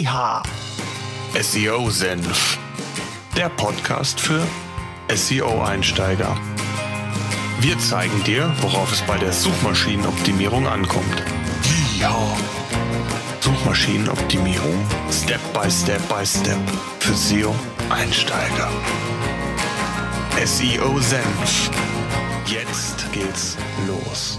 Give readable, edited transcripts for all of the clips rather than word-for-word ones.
Yeehaw! SEO-Senf, der Podcast für SEO-Einsteiger. Wir zeigen dir, worauf es bei der Suchmaschinenoptimierung ankommt. Yeehaw! Suchmaschinenoptimierung Step by Step by Step für SEO-Einsteiger. SEO-Senf. Jetzt geht's los.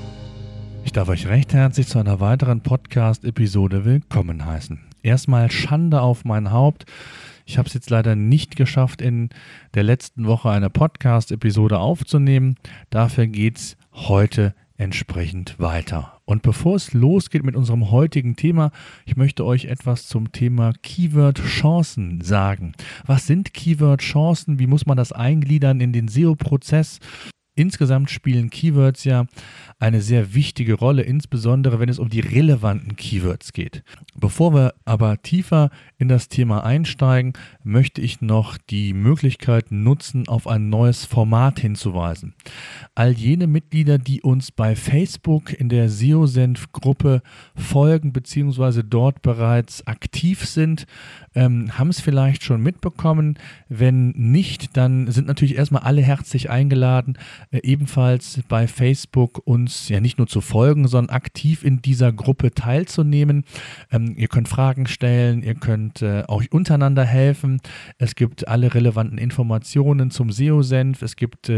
Ich darf euch recht herzlich zu einer weiteren Podcast-Episode willkommen heißen. Erstmal Schande auf mein Haupt. Ich habe es jetzt leider nicht geschafft, in der letzten Woche eine Podcast-Episode aufzunehmen. Dafür geht's heute entsprechend weiter. Und bevor es losgeht mit unserem heutigen Thema, ich möchte euch etwas zum Thema Keyword-Chancen sagen. Was sind Keyword-Chancen? Wie muss man das eingliedern in den SEO-Prozess? Insgesamt spielen Keywords ja eine sehr wichtige Rolle, insbesondere wenn es um die relevanten Keywords geht. Bevor wir aber tiefer in das Thema einsteigen, möchte ich noch die Möglichkeit nutzen, auf ein neues Format hinzuweisen. All jene Mitglieder, die uns bei Facebook in der SEO-Senf-Gruppe folgen bzw. dort bereits aktiv sind, haben es vielleicht schon mitbekommen. Wenn nicht, dann sind natürlich erstmal alle herzlich eingeladen, ebenfalls bei Facebook uns ja nicht nur zu folgen, sondern aktiv in dieser Gruppe teilzunehmen. Ihr könnt Fragen stellen, ihr könnt euch untereinander helfen. Es gibt alle relevanten Informationen zum SEO-Senf, es gibt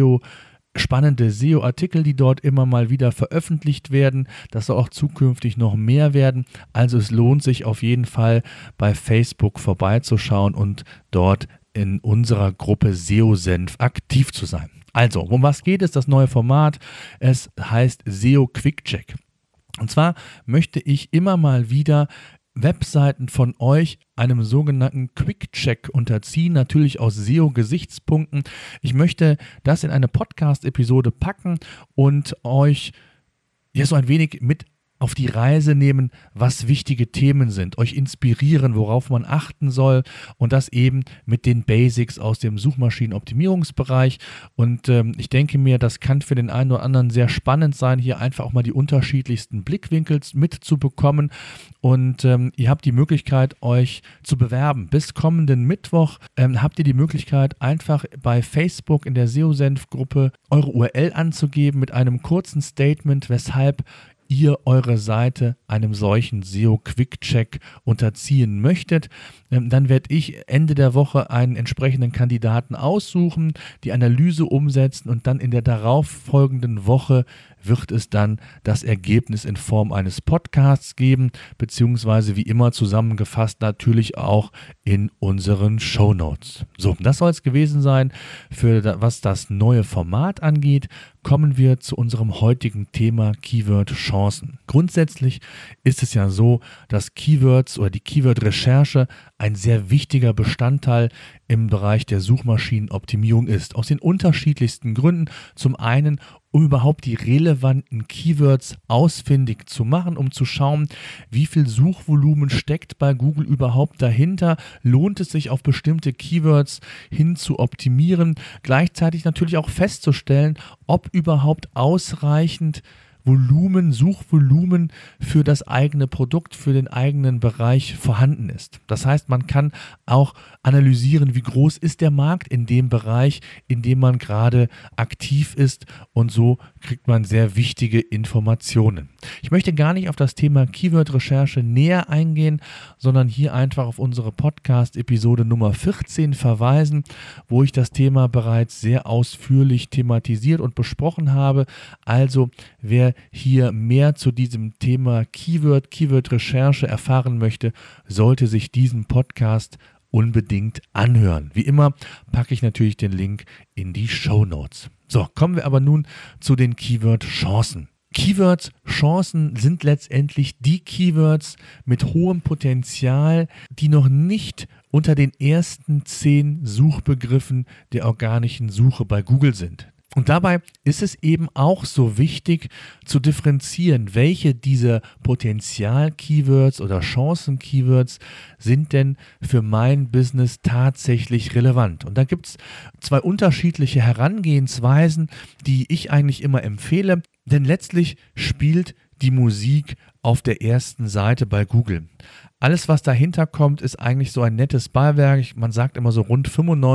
spannende SEO-Artikel, die dort immer mal wieder veröffentlicht werden. Das soll auch zukünftig noch mehr werden. Also es lohnt sich auf jeden Fall bei Facebook vorbeizuschauen und dort in unserer Gruppe SEO-Senf aktiv zu sein. Also, um was geht es? Das neue Format, es heißt SEO Quick Check. Und zwar möchte ich immer mal wieder Webseiten von euch einem sogenannten Quick-Check unterziehen, natürlich aus SEO-Gesichtspunkten. Ich möchte das in eine Podcast-Episode packen und euch ja so ein wenig mit auf die Reise nehmen, was wichtige Themen sind, euch inspirieren, worauf man achten soll und das eben mit den Basics aus dem Suchmaschinenoptimierungsbereich. Und ich denke mir, das kann für den einen oder anderen sehr spannend sein, hier einfach auch mal die unterschiedlichsten Blickwinkel mitzubekommen. Und ihr habt die Möglichkeit, euch zu bewerben. Bis kommenden Mittwoch habt ihr die Möglichkeit, einfach bei Facebook in der SEO-Senf-Gruppe eure URL anzugeben mit einem kurzen Statement, weshalb ihr eure Seite einem solchen SEO-Quick-Check unterziehen möchtet. Dann werde ich Ende der Woche einen entsprechenden Kandidaten aussuchen, die Analyse umsetzen und dann in der darauffolgenden Woche wird es dann das Ergebnis in Form eines Podcasts geben, beziehungsweise wie immer zusammengefasst natürlich auch in unseren Shownotes. So, das soll es gewesen sein, was das neue Format angeht. Kommen wir zu unserem heutigen Thema Keyword-Chancen. Grundsätzlich ist es ja so, dass Keywords oder die Keyword-Recherche ein sehr wichtiger Bestandteil im Bereich der Suchmaschinenoptimierung ist. Aus den unterschiedlichsten Gründen. Zum einen, um überhaupt die relevanten Keywords ausfindig zu machen, um zu schauen, wie viel Suchvolumen steckt bei Google überhaupt dahinter. Lohnt es sich, auf bestimmte Keywords hin zu optimieren? Gleichzeitig natürlich auch festzustellen, ob überhaupt ausreichend Suchvolumen für das eigene Produkt, für den eigenen Bereich vorhanden ist. Das heißt, man kann auch analysieren, wie groß ist der Markt in dem Bereich, in dem man gerade aktiv ist, und so kriegt man sehr wichtige Informationen. Ich möchte gar nicht auf das Thema Keyword-Recherche näher eingehen, sondern hier einfach auf unsere Podcast-Episode Nummer 14 verweisen, wo ich das Thema bereits sehr ausführlich thematisiert und besprochen habe. Also, wer hier mehr zu diesem Thema Keyword-Recherche erfahren möchte, sollte sich diesen Podcast unbedingt anhören. Wie immer packe ich natürlich den Link in die Shownotes. So, kommen wir aber nun zu den Keyword-Chancen. Keyword-Chancen sind letztendlich die Keywords mit hohem Potenzial, die noch nicht unter den ersten 10 Suchbegriffen der organischen Suche bei Google sind. Und dabei ist es eben auch so wichtig zu differenzieren, welche dieser Potenzial-Keywords oder Chancen-Keywords sind denn für mein Business tatsächlich relevant. Und da gibt es 2 unterschiedliche Herangehensweisen, die ich eigentlich immer empfehle, denn letztlich spielt die Musik auf der ersten Seite bei Google. Alles, was dahinter kommt, ist eigentlich so ein nettes Beiwerk. Man sagt immer so, rund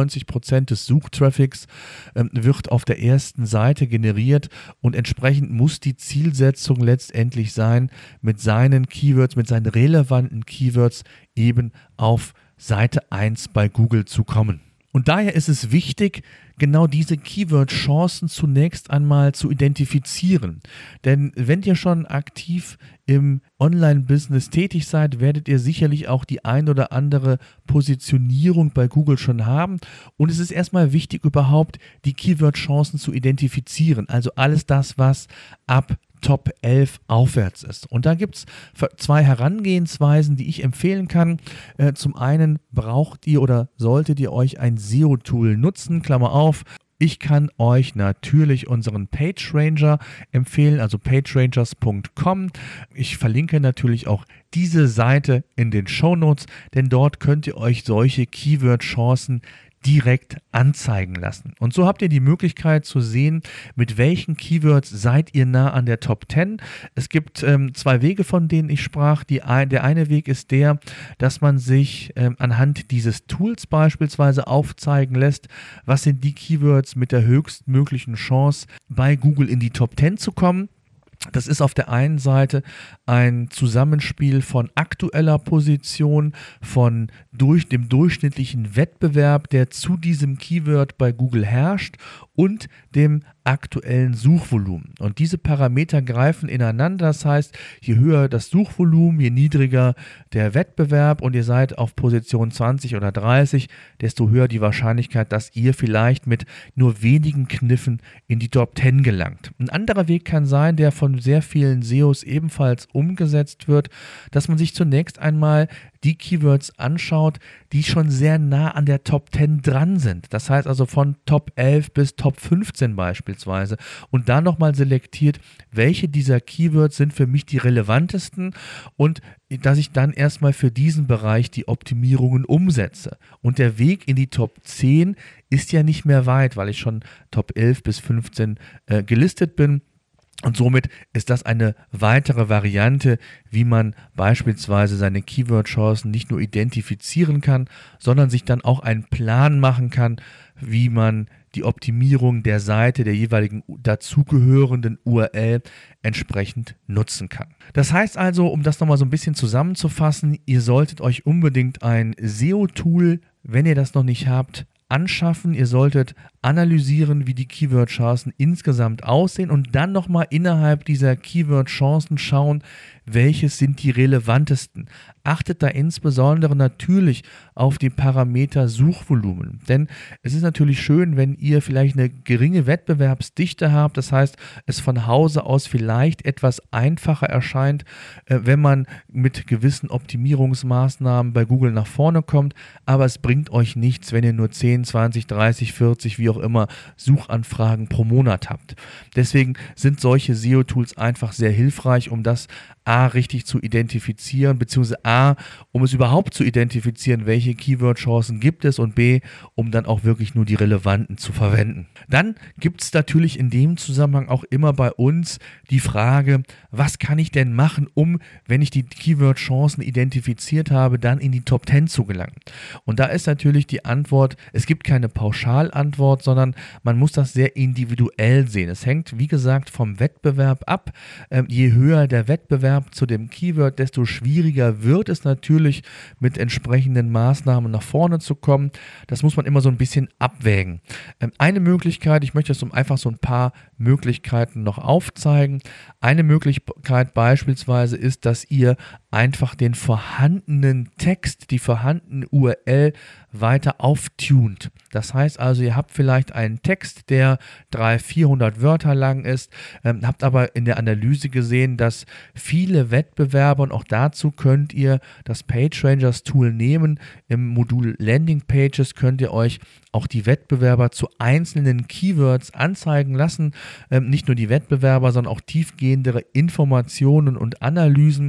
95% des Suchtraffics wird auf der ersten Seite generiert und entsprechend muss die Zielsetzung letztendlich sein, mit seinen Keywords, mit seinen relevanten Keywords eben auf Seite 1 bei Google zu kommen. Und daher ist es wichtig, genau diese Keyword-Chancen zunächst einmal zu identifizieren. Denn wenn ihr schon aktiv im Online-Business tätig seid, werdet ihr sicherlich auch die ein oder andere Positionierung bei Google schon haben. Und es ist erstmal wichtig, überhaupt die Keyword-Chancen zu identifizieren. Also alles das, was ab Top 11 aufwärts ist. Und da gibt es 2 Herangehensweisen, die ich empfehlen kann. Zum einen braucht ihr oder solltet ihr euch ein SEO-Tool nutzen, Klammer auf. Ich kann euch natürlich unseren PageRanger empfehlen, also pagerangers.com. Ich verlinke natürlich auch diese Seite in den Shownotes, denn dort könnt ihr euch solche Keyword-Chancen direkt anzeigen lassen. Und so habt ihr die Möglichkeit zu sehen, mit welchen Keywords seid ihr nah an der Top 10. Es gibt 2 Wege, von denen ich sprach. Der eine Weg ist der, dass man sich anhand dieses Tools beispielsweise aufzeigen lässt, was sind die Keywords mit der höchstmöglichen Chance, bei Google in die Top 10 zu kommen. Das ist auf der einen Seite ein Zusammenspiel von aktueller Position, von dem durchschnittlichen Wettbewerb, der zu diesem Keyword bei Google herrscht und dem aktuellen Suchvolumen. Und diese Parameter greifen ineinander. Das heißt, je höher das Suchvolumen, je niedriger der Wettbewerb und ihr seid auf Position 20 oder 30, desto höher die Wahrscheinlichkeit, dass ihr vielleicht mit nur wenigen Kniffen in die Top 10 gelangt. Ein anderer Weg kann sein, der von sehr vielen SEOs ebenfalls umgesetzt wird, dass man sich zunächst einmal die Keywords anschaut, die schon sehr nah an der Top 10 dran sind. Das heißt also von Top 11 bis Top 15 beispielsweise und dann nochmal selektiert, welche dieser Keywords sind für mich die relevantesten und dass ich dann erstmal für diesen Bereich die Optimierungen umsetze. Und der Weg in die Top 10 ist ja nicht mehr weit, weil ich schon Top 11 bis 15 gelistet bin. Und somit ist das eine weitere Variante, wie man beispielsweise seine Keyword-Chancen nicht nur identifizieren kann, sondern sich dann auch einen Plan machen kann, wie man die Optimierung der Seite, der jeweiligen dazugehörenden URL entsprechend nutzen kann. Das heißt also, um das nochmal so ein bisschen zusammenzufassen, ihr solltet euch unbedingt ein SEO-Tool, wenn ihr das noch nicht habt, anschaffen. Ihr solltet analysieren, wie die Keyword-Chancen insgesamt aussehen und dann nochmal innerhalb dieser Keyword-Chancen schauen, welches sind die relevantesten. Achtet da insbesondere natürlich auf die Parameter Suchvolumen, denn es ist natürlich schön, wenn ihr vielleicht eine geringe Wettbewerbsdichte habt, das heißt, es von Hause aus vielleicht etwas einfacher erscheint, wenn man mit gewissen Optimierungsmaßnahmen bei Google nach vorne kommt, aber es bringt euch nichts, wenn ihr nur 10, 20, 30, 40, wie auch immer, Suchanfragen pro Monat habt. Deswegen sind solche SEO-Tools einfach sehr hilfreich, um das A, richtig zu identifizieren, beziehungsweise A, um es überhaupt zu identifizieren, welche Keyword-Chancen gibt es und B, um dann auch wirklich nur die relevanten zu verwenden. Dann gibt es natürlich in dem Zusammenhang auch immer bei uns die Frage, was kann ich denn machen, um, wenn ich die Keyword-Chancen identifiziert habe, dann in die Top 10 zu gelangen? Und da ist natürlich die Antwort, es gibt keine Pauschalantwort, sondern man muss das sehr individuell sehen. Es hängt, wie gesagt, vom Wettbewerb ab. Je höher der Wettbewerb zu dem Keyword, desto schwieriger wird es natürlich, mit entsprechenden Maßnahmen nach vorne zu kommen. Das muss man immer so ein bisschen abwägen. Eine Möglichkeit, ich möchte jetzt einfach so ein paar Möglichkeiten noch aufzeigen. Eine Möglichkeit beispielsweise ist, dass ihr einfach den vorhandenen Text, die vorhandene URL weiter auftunt. Das heißt also, ihr habt vielleicht einen Text, der 300-400 Wörter lang ist, habt aber in der Analyse gesehen, dass viele Wettbewerber, und auch dazu könnt ihr das PageRangers Tool nehmen, im Modul Landing Pages könnt ihr euch auch die Wettbewerber zu einzelnen Keywords anzeigen lassen. Nicht nur die Wettbewerber, sondern auch tiefgehendere Informationen und Analysen.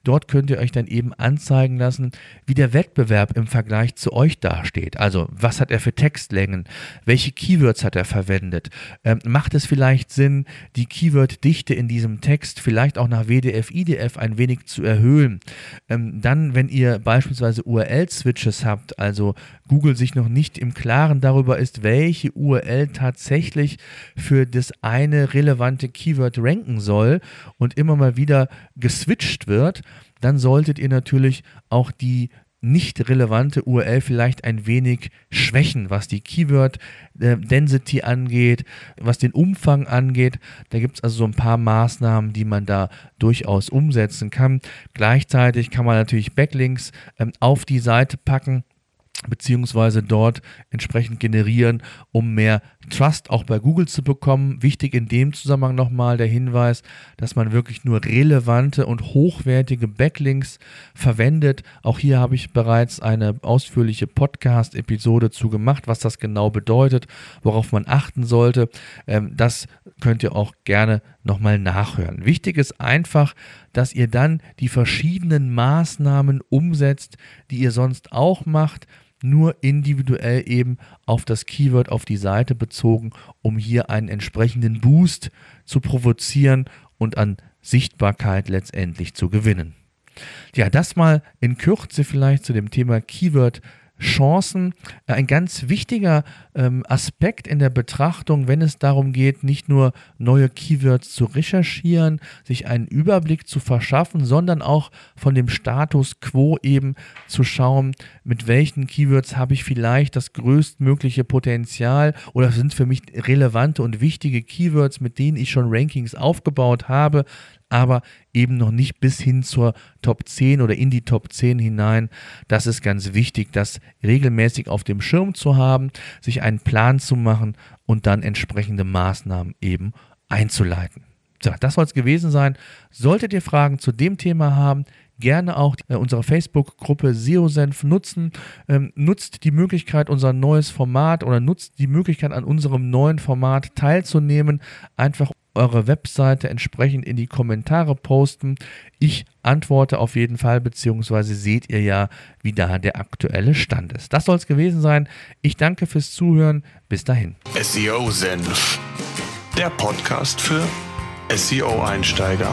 Dort könnt ihr euch dann eben anzeigen lassen, wie der Wettbewerb im Vergleich zu euch dasteht. Also was hat er für Textlängen, welche Keywords hat er verwendet, macht es vielleicht Sinn, die Keyword-Dichte in diesem Text vielleicht auch nach WDF, IDF ein wenig zu erhöhen. Dann, wenn ihr beispielsweise URL-Switches habt, also Google sich noch nicht im Klaren darüber ist, welche URL tatsächlich für das eine relevante Keyword ranken soll und immer mal wieder geswitcht wird, dann solltet ihr natürlich auch die nicht relevante URL vielleicht ein wenig schwächen, was die Keyword-Density angeht, was den Umfang angeht. Da gibt es also so ein paar Maßnahmen, die man da durchaus umsetzen kann. Gleichzeitig kann man natürlich Backlinks auf die Seite packen, beziehungsweise dort entsprechend generieren, um mehr Trust auch bei Google zu bekommen. Wichtig in dem Zusammenhang nochmal der Hinweis, dass man wirklich nur relevante und hochwertige Backlinks verwendet. Auch hier habe ich bereits eine ausführliche Podcast-Episode zu gemacht, was das genau bedeutet, worauf man achten sollte. Das könnt ihr auch gerne nochmal nachhören. Wichtig ist einfach, dass ihr dann die verschiedenen Maßnahmen umsetzt, die ihr sonst auch macht, nur individuell eben auf das Keyword, auf die Seite bezogen, um hier einen entsprechenden Boost zu provozieren und an Sichtbarkeit letztendlich zu gewinnen. Ja, das mal in Kürze vielleicht zu dem Thema Keyword-Chancen. Ein ganz wichtiger Aspekt in der Betrachtung, wenn es darum geht, nicht nur neue Keywords zu recherchieren, sich einen Überblick zu verschaffen, sondern auch von dem Status quo eben zu schauen, mit welchen Keywords habe ich vielleicht das größtmögliche Potenzial oder sind für mich relevante und wichtige Keywords, mit denen ich schon Rankings aufgebaut habe, aber eben noch nicht bis hin zur Top 10 oder in die Top 10 hinein. Das ist ganz wichtig, das regelmäßig auf dem Schirm zu haben, sich einen Plan zu machen und dann entsprechende Maßnahmen eben einzuleiten. So, das soll es gewesen sein. Solltet ihr Fragen zu dem Thema haben, gerne auch unsere Facebook-Gruppe SEO-Senf nutzen. Nutzt die Möglichkeit, unser neues Format oder nutzt die Möglichkeit, an unserem neuen Format teilzunehmen. Einfach eure Webseite entsprechend in die Kommentare posten. Ich antworte auf jeden Fall, beziehungsweise seht ihr ja, wie da der aktuelle Stand ist. Das soll es gewesen sein. Ich danke fürs Zuhören. Bis dahin. SEO-Senf, der Podcast für SEO-Einsteiger.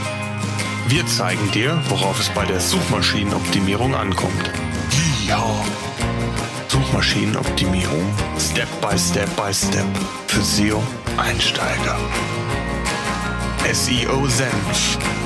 Wir zeigen dir, worauf es bei der Suchmaschinenoptimierung ankommt. Ja. Suchmaschinenoptimierung Step by Step by Step für SEO-Einsteiger. SEO-Senf.